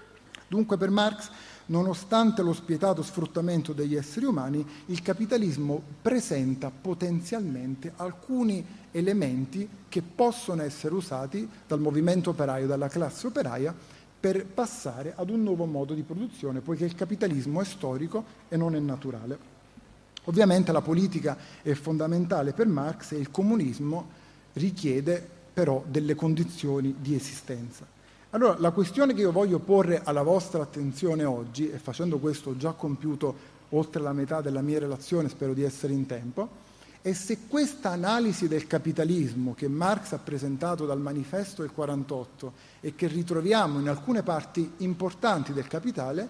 Dunque per Marx, nonostante lo spietato sfruttamento degli esseri umani, il capitalismo presenta potenzialmente alcuni elementi che possono essere usati dal movimento operaio, dalla classe operaia, per passare ad un nuovo modo di produzione, poiché il capitalismo è storico e non è naturale. Ovviamente la politica è fondamentale per Marx e il comunismo richiede però delle condizioni di esistenza. Allora, la questione che io voglio porre alla vostra attenzione oggi, e facendo questo ho già compiuto oltre la metà della mia relazione, spero di essere in tempo, è se questa analisi del capitalismo che Marx ha presentato dal manifesto del quarantotto e che ritroviamo in alcune parti importanti del Capitale,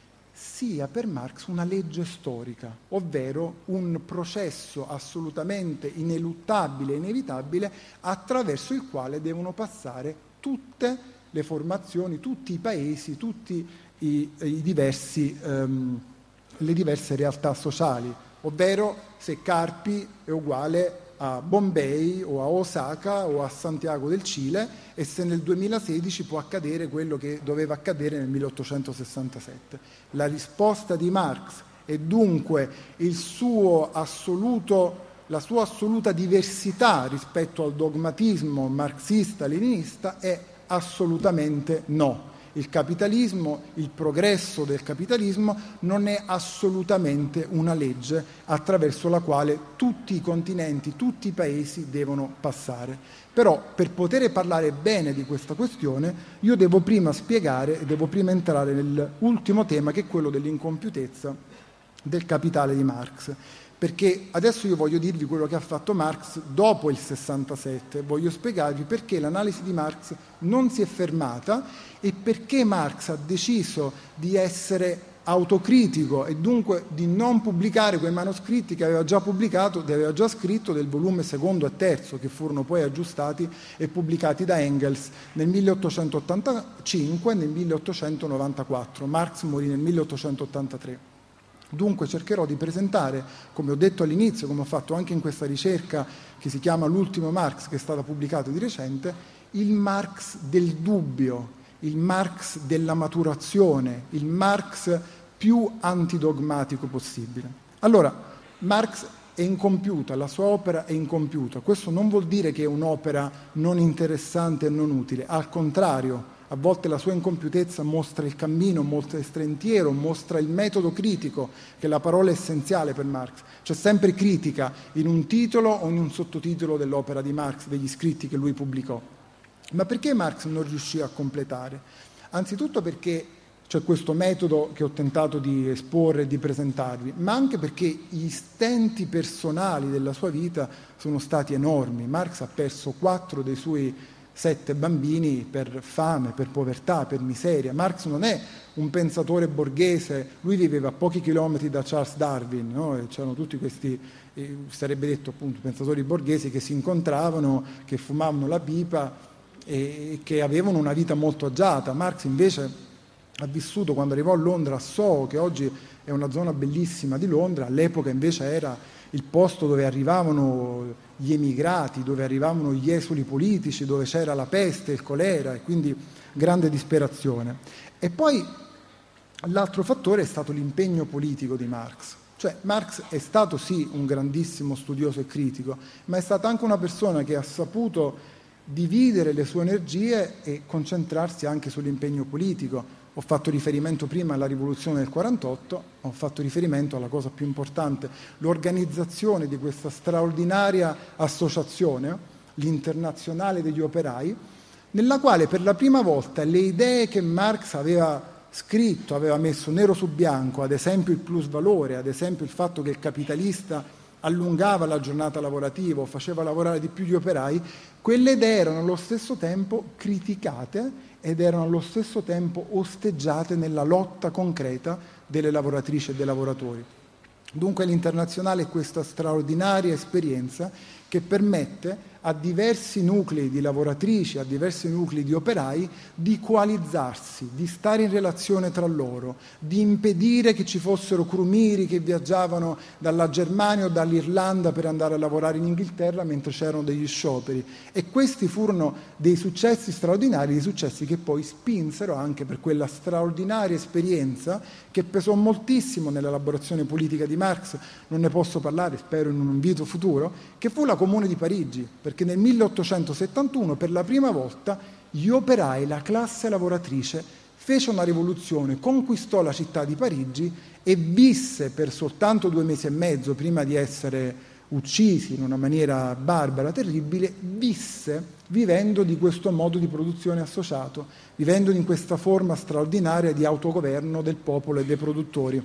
sia per Marx una legge storica, ovvero un processo assolutamente ineluttabile e inevitabile attraverso il quale devono passare tutte le formazioni, tutti i paesi, tutti i, i diversi, um, le diverse realtà sociali, ovvero se Carpi è uguale a Bombay o a Osaka o a Santiago del Cile e se nel duemilasedici può accadere quello che doveva accadere nel milleottocentosessantasette. La risposta di Marx e dunque il suo assoluto, la sua assoluta diversità rispetto al dogmatismo marxista-leninista è assolutamente no. Il capitalismo, il progresso del capitalismo non è assolutamente una legge attraverso la quale tutti i continenti, tutti i paesi devono passare. Però per poter parlare bene di questa questione io devo prima spiegare e devo prima entrare nell'ultimo tema, che è quello dell'incompiutezza del Capitale di Marx. Perché adesso io voglio dirvi quello che ha fatto Marx dopo il sessantasette, voglio spiegarvi perché l'analisi di Marx non si è fermata e perché Marx ha deciso di essere autocritico e dunque di non pubblicare quei manoscritti che aveva già pubblicato, che aveva già scritto del volume secondo e terzo, che furono poi aggiustati e pubblicati da Engels nel milleottocentottantacinque e nel milleottocentonovantaquattro. Marx morì nel milleottocentottantatré. Dunque cercherò di presentare, come ho detto all'inizio, come ho fatto anche in questa ricerca che si chiama L'ultimo Marx, che è stata pubblicata di recente, il Marx del dubbio, il Marx della maturazione, il Marx più antidogmatico possibile. Allora, Marx è incompiuta, la sua opera è incompiuta. Questo non vuol dire che è un'opera non interessante e non utile, al contrario. A volte la sua incompiutezza mostra il cammino, mostra il sentiero, mostra il metodo critico, che è la parola essenziale per Marx. C'è sempre critica in un titolo o in un sottotitolo dell'opera di Marx, degli scritti che lui pubblicò. Ma perché Marx non riuscì a completare? Anzitutto perché c'è questo metodo che ho tentato di esporre e di presentarvi, ma anche perché gli stenti personali della sua vita sono stati enormi. Marx ha perso quattro dei suoi sette bambini per fame, per povertà, per miseria. Marx non è un pensatore borghese, lui viveva a pochi chilometri da Charles Darwin, no? E c'erano tutti questi, eh, sarebbe detto appunto, pensatori borghesi che si incontravano, che fumavano la pipa e che avevano una vita molto agiata. Marx invece ha vissuto, quando arrivò a Londra, a Soho, che oggi è una zona bellissima di Londra, all'epoca invece era il posto dove arrivavano gli emigrati, dove arrivavano gli esuli politici, dove c'era la peste, il colera e quindi grande disperazione. E poi l'altro fattore è stato l'impegno politico di Marx. Cioè Marx è stato sì un grandissimo studioso e critico, ma è stato anche una persona che ha saputo dividere le sue energie e concentrarsi anche sull'impegno politico. Ho fatto riferimento prima alla rivoluzione del quarantotto, ho fatto riferimento alla cosa più importante, l'organizzazione di questa straordinaria associazione, l'Internazionale degli Operai, nella quale per la prima volta le idee che Marx aveva scritto, aveva messo nero su bianco, ad esempio il plusvalore, ad esempio il fatto che il capitalista allungava la giornata lavorativa o faceva lavorare di più gli operai, quelle idee erano allo stesso tempo criticate ed erano allo stesso tempo osteggiate nella lotta concreta delle lavoratrici e dei lavoratori. Dunque l'Internazionale è questa straordinaria esperienza che che permette a diversi nuclei di lavoratrici, a diversi nuclei di operai di coalizzarsi, di stare in relazione tra loro, di impedire che ci fossero crumiri che viaggiavano dalla Germania o dall'Irlanda per andare a lavorare in Inghilterra mentre c'erano degli scioperi. E questi furono dei successi straordinari, dei successi che poi spinsero anche per quella straordinaria esperienza che pesò moltissimo nell'elaborazione politica di Marx, non ne posso parlare, spero in un invito futuro, che fu la Comune di Parigi, perché nel milleottocentosettantuno per la prima volta gli operai, la classe lavoratrice, fece una rivoluzione, conquistò la città di Parigi e visse per soltanto due mesi e mezzo, prima di essere uccisi in una maniera barbara, terribile, visse vivendo di questo modo di produzione associato, vivendo in questa forma straordinaria di autogoverno del popolo e dei produttori.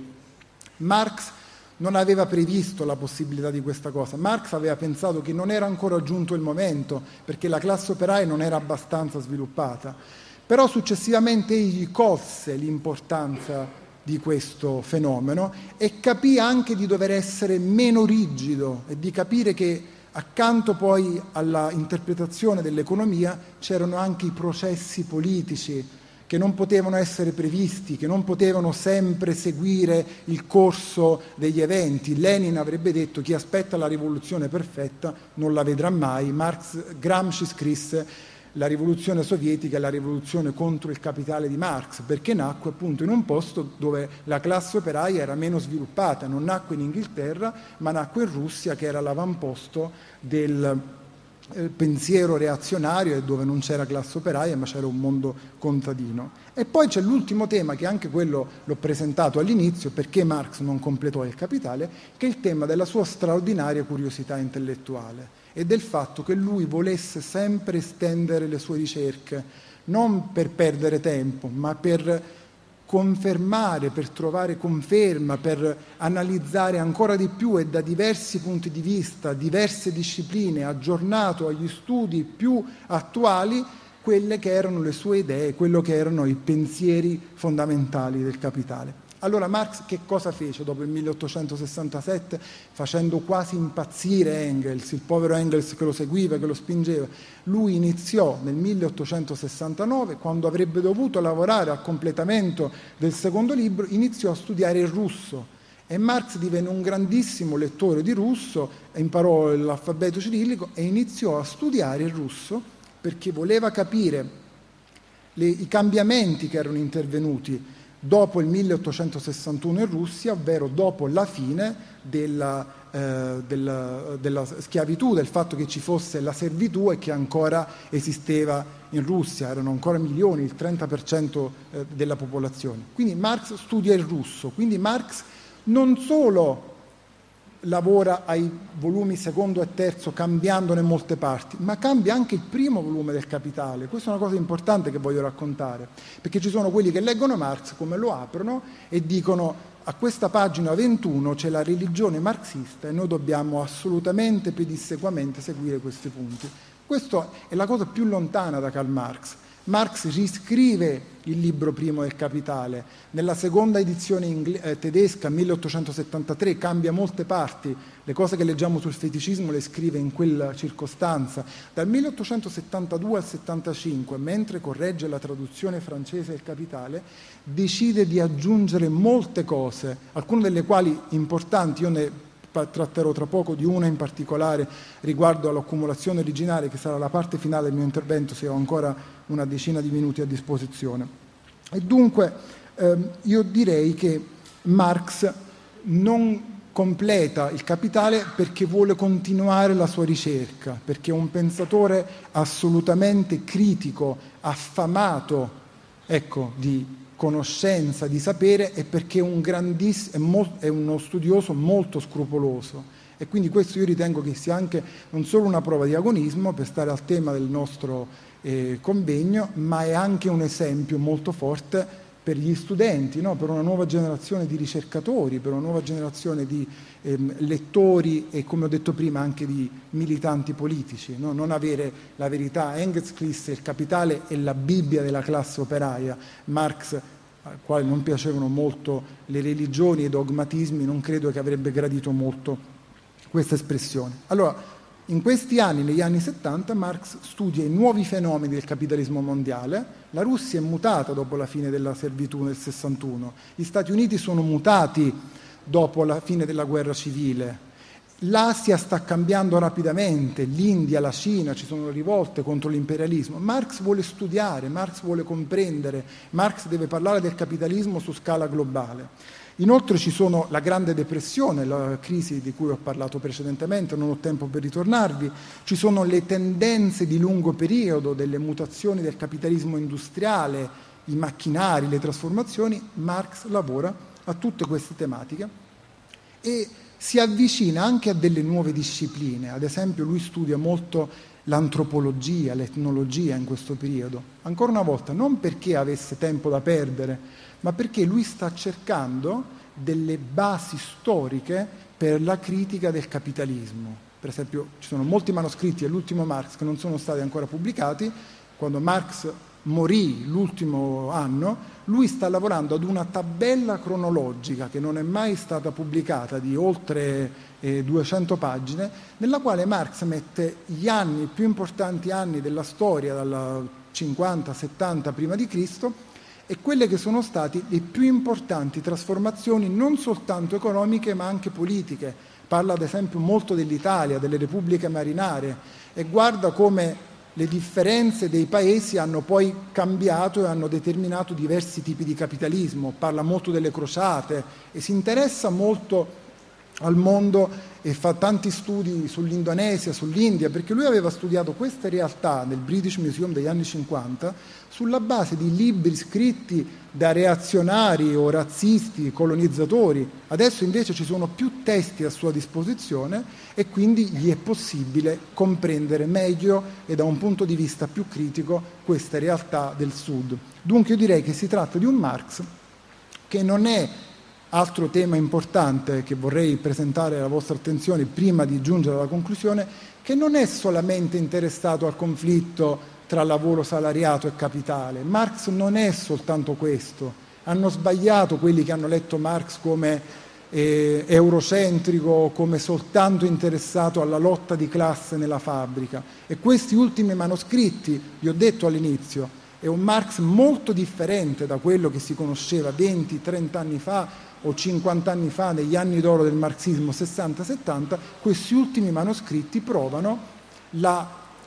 Marx non aveva previsto la possibilità di questa cosa. Marx aveva pensato che non era ancora giunto il momento, perché la classe operaia non era abbastanza sviluppata. Però successivamente egli colse l'importanza di questo fenomeno e capì anche di dover essere meno rigido e di capire che accanto poi alla interpretazione dell'economia c'erano anche i processi politici che non potevano essere previsti, che non potevano sempre seguire il corso degli eventi. Lenin avrebbe detto: chi aspetta la rivoluzione perfetta non la vedrà mai. Marx, Gramsci scrisse: la rivoluzione sovietica è la rivoluzione contro il capitale di Marx, perché nacque appunto in un posto dove la classe operaia era meno sviluppata, non nacque in Inghilterra, ma nacque in Russia, che era l'avamposto del eh, pensiero reazionario e dove non c'era classe operaia, ma c'era un mondo contadino. E poi c'è l'ultimo tema, che anche quello l'ho presentato all'inizio, perché Marx non completò il Capitale, che è il tema della sua straordinaria curiosità intellettuale e del fatto che lui volesse sempre estendere le sue ricerche, non per perdere tempo, ma per confermare, per trovare conferma, per analizzare ancora di più e da diversi punti di vista, diverse discipline, aggiornato agli studi più attuali, quelle che erano le sue idee, quello che erano i pensieri fondamentali del Capitale. Allora Marx che cosa fece dopo il milleottocentosessantasette, facendo quasi impazzire Engels, il povero Engels che lo seguiva, che lo spingeva? Lui iniziò nel milleottocentosessantanove, quando avrebbe dovuto lavorare al completamento del secondo libro, iniziò a studiare il russo. E Marx divenne un grandissimo lettore di russo, imparò l'alfabeto cirillico e iniziò a studiare il russo perché voleva capire le, i cambiamenti che erano intervenuti dopo il milleottocentosessantuno in Russia, ovvero dopo la fine della, eh, della, della schiavitù, del fatto che ci fosse la servitù e che ancora esisteva in Russia, erano ancora milioni, il trenta per cento eh, della popolazione. Quindi Marx studia il russo, quindi Marx non solo lavora ai volumi secondo e terzo cambiandone molte parti, ma cambia anche il primo volume del Capitale. Questa è una cosa importante che voglio raccontare, perché ci sono quelli che leggono Marx, come lo aprono e dicono: a questa pagina ventuno c'è la religione marxista e noi dobbiamo assolutamente pedissequamente seguire questi punti. Questa è la cosa più lontana da Karl Marx. Marx riscrive il libro primo del Capitale, nella seconda edizione ingle- eh, tedesca, milleottocentosettantatré, cambia molte parti, le cose che leggiamo sul feticismo le scrive in quella circostanza. Dal milleottocentosettantadue al settantacinque, mentre corregge la traduzione francese del Capitale, decide di aggiungere molte cose, alcune delle quali importanti. Io ne tratterò tra poco di una in particolare riguardo all'accumulazione originaria, che sarà la parte finale del mio intervento se ho ancora una decina di minuti a disposizione. E dunque ehm, io direi che Marx non completa il Capitale perché vuole continuare la sua ricerca, perché è un pensatore assolutamente critico, affamato, ecco, di conoscenza, di sapere, e perché è, un grandiss- è, mo- è uno studioso molto scrupoloso. E quindi questo io ritengo che sia anche non solo una prova di agonismo, per stare al tema del nostro eh, convegno, ma è anche un esempio molto forte per gli studenti, no? Per una nuova generazione di ricercatori, per una nuova generazione di ehm, lettori e, come ho detto prima, anche di militanti politici, no? Non avere la verità. Engels scrisse: il Capitale è la Bibbia della classe operaia. Marx, al quale non piacevano molto le religioni e i dogmatismi, non credo che avrebbe gradito molto questa espressione. Allora, In questi anni, negli anni settanta, Marx studia i nuovi fenomeni del capitalismo mondiale. La Russia è mutata dopo la fine della servitù nel sessantuno, gli Stati Uniti sono mutati dopo la fine della guerra civile, l'Asia sta cambiando rapidamente, l'India, la Cina, ci sono rivolte contro l'imperialismo. Marx vuole studiare, Marx vuole comprendere, Marx deve parlare del capitalismo su scala globale. Inoltre ci sono la Grande Depressione, la crisi di cui ho parlato precedentemente, non ho tempo per ritornarvi, ci sono le tendenze di lungo periodo delle mutazioni del capitalismo industriale, i macchinari, le trasformazioni. Marx lavora a tutte queste tematiche e si avvicina anche a delle nuove discipline. Ad esempio lui studia molto l'antropologia, l'etnologia in questo periodo, ancora una volta non perché avesse tempo da perdere, ma perché lui sta cercando delle basi storiche per la critica del capitalismo. Per esempio ci sono molti manoscritti dell'ultimo Marx che non sono stati ancora pubblicati. Quando Marx morì l'ultimo anno, lui sta lavorando ad una tabella cronologica che non è mai stata pubblicata, di oltre eh, duecento pagine, nella quale Marx mette gli anni, i più importanti anni della storia, dal cinquanta settanta prima di Cristo, e quelle che sono state le più importanti trasformazioni non soltanto economiche ma anche politiche. Parla ad esempio molto dell'Italia, delle repubbliche marinare, e guarda come le differenze dei paesi hanno poi cambiato e hanno determinato diversi tipi di capitalismo. Parla molto delle crociate e si interessa molto al mondo e fa tanti studi sull'Indonesia, sull'India, perché lui aveva studiato queste realtà nel British Museum degli anni cinquanta sulla base di libri scritti da reazionari o razzisti, colonizzatori. Adesso invece ci sono più testi a sua disposizione e quindi gli è possibile comprendere meglio e da un punto di vista più critico queste realtà del Sud. Dunque io direi che si tratta di un Marx che non è, altro tema importante che vorrei presentare alla vostra attenzione prima di giungere alla conclusione, che non è solamente interessato al conflitto tra lavoro salariato e capitale. Marx non è soltanto questo. Hanno sbagliato quelli che hanno letto Marx come eh, eurocentrico, come soltanto interessato alla lotta di classe nella fabbrica. E questi ultimi manoscritti, vi ho detto all'inizio, è un Marx molto differente da quello che si conosceva venti trenta anni fa o cinquanta anni fa, negli anni d'oro del marxismo sessanta settanta. Questi ultimi manoscritti provano la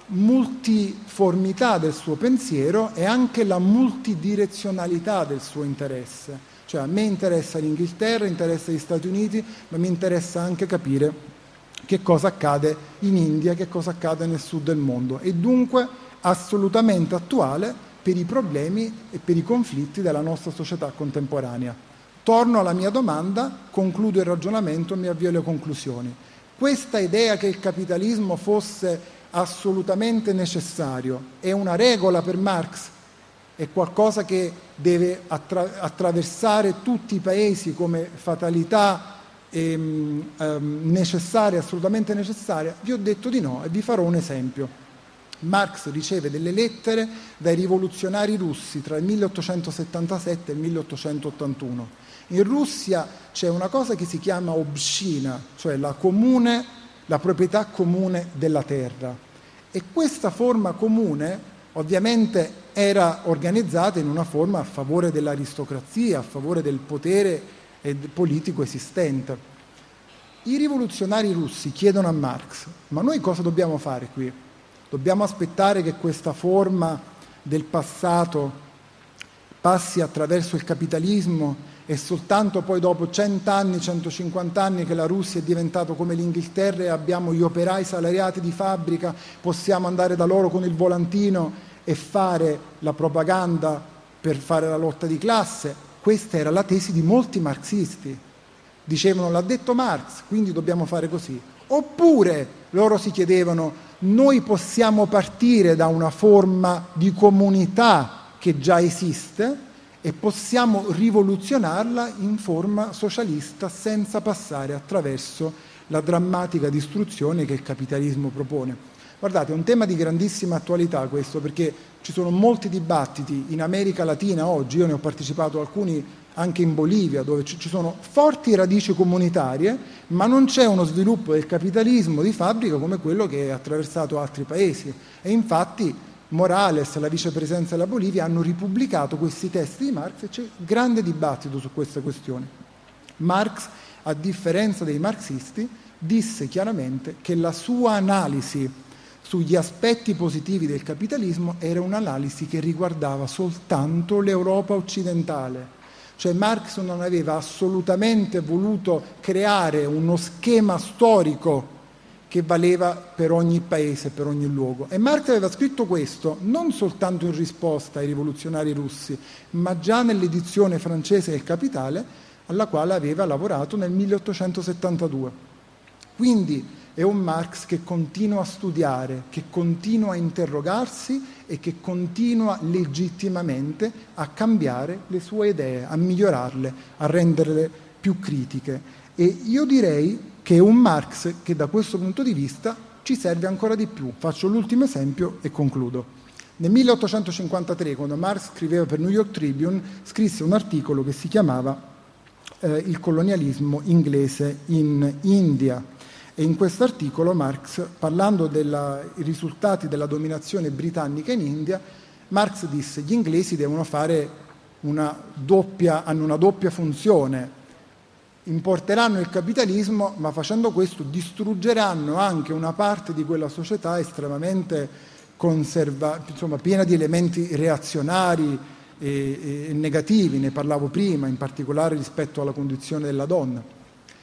multiformità del suo pensiero e anche la multidirezionalità del suo interesse. Cioè a me interessa l'Inghilterra, interessa gli Stati Uniti, ma mi interessa anche capire che cosa accade in India, che cosa accade nel sud del mondo, e dunque assolutamente attuale per i problemi e per i conflitti della nostra società contemporanea. Torno alla mia domanda, concludo il ragionamento, mi avvio alle conclusioni. Questa idea che il capitalismo fosse assolutamente necessario è una regola per Marx? È qualcosa che deve attra- attraversare tutti i paesi come fatalità ehm, ehm, necessaria, assolutamente necessaria? Vi ho detto di no e vi farò un esempio. Marx riceve delle lettere dai rivoluzionari russi tra il milleottocentosettantasette e il milleottocentottantuno. In Russia c'è una cosa che si chiama obscina, cioè la comune, la proprietà comune della terra. E questa forma comune ovviamente era organizzata in una forma a favore dell'aristocrazia, a favore del potere politico esistente. I rivoluzionari russi chiedono a Marx: ma noi cosa dobbiamo fare qui? Dobbiamo aspettare che questa forma del passato passi attraverso il capitalismo e soltanto poi dopo cent'anni, centocinquanta anni che la Russia è diventata come l'Inghilterra e abbiamo gli operai salariati di fabbrica, possiamo andare da loro con il volantino e fare la propaganda per fare la lotta di classe? Questa era la tesi di molti marxisti. Dicevano: l'ha detto Marx, quindi dobbiamo fare così. Oppure loro si chiedevano: noi possiamo partire da una forma di comunità che già esiste e possiamo rivoluzionarla in forma socialista senza passare attraverso la drammatica distruzione che il capitalismo propone. Guardate, è un tema di grandissima attualità questo, perché ci sono molti dibattiti in America Latina oggi, io ne ho partecipato a alcuni anche in Bolivia, dove ci sono forti radici comunitarie, ma non c'è uno sviluppo del capitalismo di fabbrica come quello che ha attraversato altri paesi. E infatti Morales e la vicepresidenza della Bolivia hanno ripubblicato questi testi di Marx e c'è grande dibattito su queste questioni. Marx, a differenza dei marxisti, disse chiaramente che la sua analisi sugli aspetti positivi del capitalismo era un'analisi che riguardava soltanto l'Europa occidentale. Cioè Marx non aveva assolutamente voluto creare uno schema storico che valeva per ogni paese, per ogni luogo. E Marx aveva scritto questo non soltanto in risposta ai rivoluzionari russi, ma già nell'edizione francese del Capitale, alla quale aveva lavorato nel milleottocentosettantadue. Quindi è un Marx che continua a studiare, che continua a interrogarsi e che continua legittimamente a cambiare le sue idee, a migliorarle, a renderle più critiche. E io direi che è un Marx che da questo punto di vista ci serve ancora di più. Faccio l'ultimo esempio e concludo. Nel milleottocentocinquantatré, quando Marx scriveva per New York Tribune, scrisse un articolo che si chiamava eh, Il colonialismo inglese in India. E in questo articolo Marx, parlando dei risultati della dominazione britannica in India, Marx disse: gli inglesi devono fare una doppia, hanno una doppia funzione, importeranno il capitalismo, ma facendo questo distruggeranno anche una parte di quella società estremamente conserva, insomma, piena di elementi reazionari e, e negativi, ne parlavo prima, in particolare rispetto alla condizione della donna.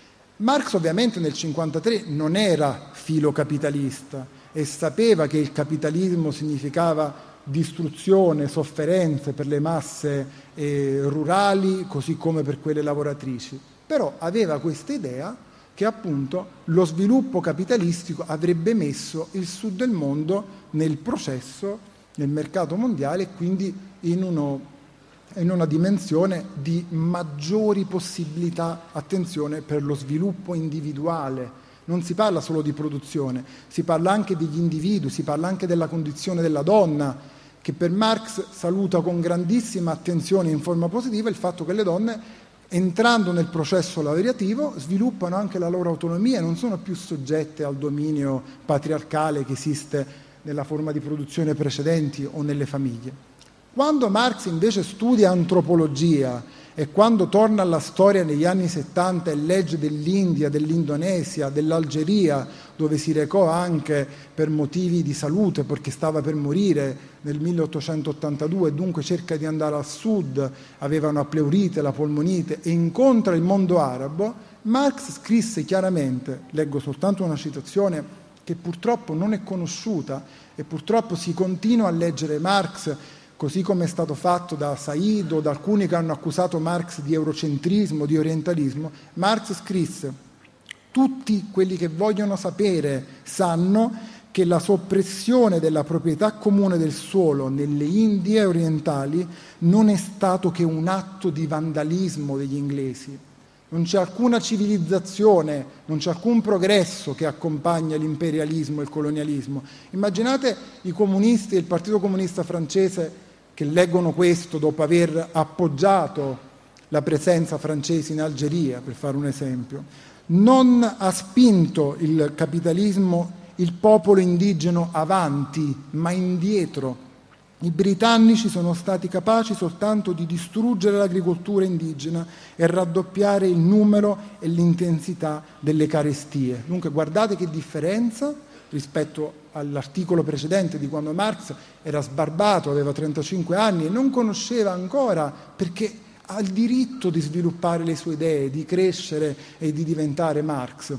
Marx ovviamente nel cinquantatré non era filocapitalista e sapeva che il capitalismo significava distruzione, sofferenze per le masse eh, rurali, così come per quelle lavoratrici. Però aveva questa idea che appunto lo sviluppo capitalistico avrebbe messo il sud del mondo nel processo, nel mercato mondiale, e quindi in uno in una dimensione di maggiori possibilità, attenzione, per lo sviluppo individuale. Non si parla solo di produzione, si parla anche degli individui, si parla anche della condizione della donna, che per Marx saluta con grandissima attenzione in forma positiva il fatto che le donne, entrando nel processo lavorativo, sviluppano anche la loro autonomia e non sono più soggette al dominio patriarcale che esiste nella forma di produzione precedenti o nelle famiglie. Quando Marx invece studia antropologia e quando torna alla storia negli anni settanta e legge dell'India, dell'Indonesia, dell'Algeria, dove si recò anche per motivi di salute perché stava per morire nel milleottocentottantadue e dunque cerca di andare al sud, aveva una pleurite, la polmonite, e incontra il mondo arabo, Marx scrisse chiaramente, leggo soltanto una citazione che purtroppo non è conosciuta e purtroppo si continua a leggere Marx così come è stato fatto da Said o da alcuni che hanno accusato Marx di eurocentrismo, di orientalismo. Marx scrisse: tutti quelli che vogliono sapere sanno che la soppressione della proprietà comune del suolo nelle Indie orientali non è stato che un atto di vandalismo degli inglesi. Non c'è alcuna civilizzazione, non c'è alcun progresso che accompagna l'imperialismo e il colonialismo. Immaginate i comunisti e il Partito Comunista francese che leggono questo dopo aver appoggiato la presenza francese in Algeria, per fare un esempio. Non ha spinto il capitalismo il popolo indigeno avanti, ma indietro. I britannici sono stati capaci soltanto di distruggere l'agricoltura indigena e raddoppiare il numero e l'intensità delle carestie. Dunque guardate che differenza rispetto all'articolo precedente di quando Marx era sbarbato, aveva trentacinque anni e non conosceva ancora, perché ha il diritto di sviluppare le sue idee, di crescere e di diventare Marx.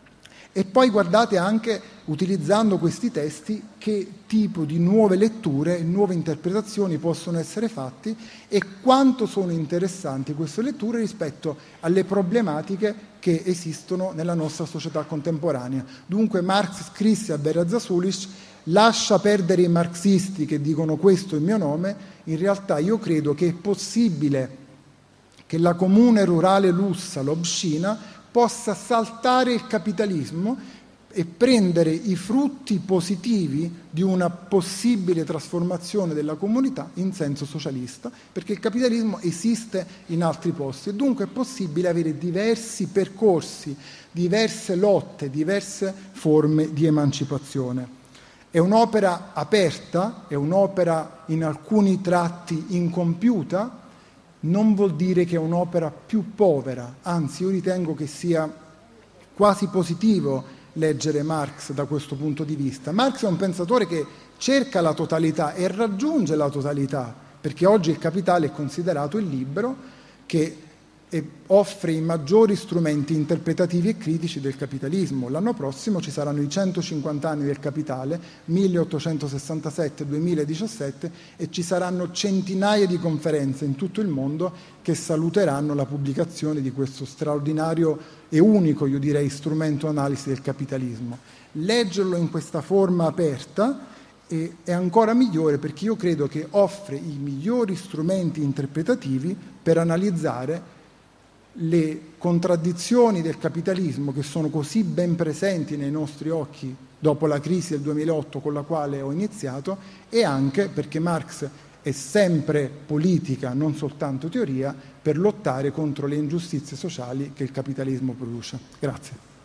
E poi guardate anche, utilizzando questi testi, che tipo di nuove letture, nuove interpretazioni possono essere fatti e quanto sono interessanti queste letture rispetto alle problematiche che esistono nella nostra società contemporanea. Dunque Marx scrisse a Berazza Sulic: lascia perdere i marxisti che dicono questo in mio nome, in realtà io credo che è possibile che la comune rurale lussa, l'obscina, possa saltare il capitalismo e prendere i frutti positivi di una possibile trasformazione della comunità in senso socialista, perché il capitalismo esiste in altri posti e dunque è possibile avere diversi percorsi, diverse lotte, diverse forme di emancipazione. È un'opera aperta, è un'opera in alcuni tratti incompiuta, non vuol dire che è un'opera più povera, anzi io ritengo che sia quasi positivo leggere Marx da questo punto di vista. Marx è un pensatore che cerca la totalità e raggiunge la totalità, perché oggi il capitale è considerato il libero che offre i maggiori strumenti interpretativi e critici del capitalismo. L'anno prossimo ci saranno i centocinquanta anni del capitale, milleottocentosessantasette duemiladiciassette, e ci saranno centinaia di conferenze in tutto il mondo che saluteranno la pubblicazione di questo straordinario e unico, io direi, strumento analisi del capitalismo. Leggerlo in questa forma aperta è ancora migliore, perché io credo che offre i migliori strumenti interpretativi per analizzare le contraddizioni del capitalismo che sono così ben presenti nei nostri occhi dopo la crisi del duemilaotto con la quale ho iniziato, e anche perché Marx è sempre politica, non soltanto teoria, per lottare contro le ingiustizie sociali che il capitalismo produce. Grazie.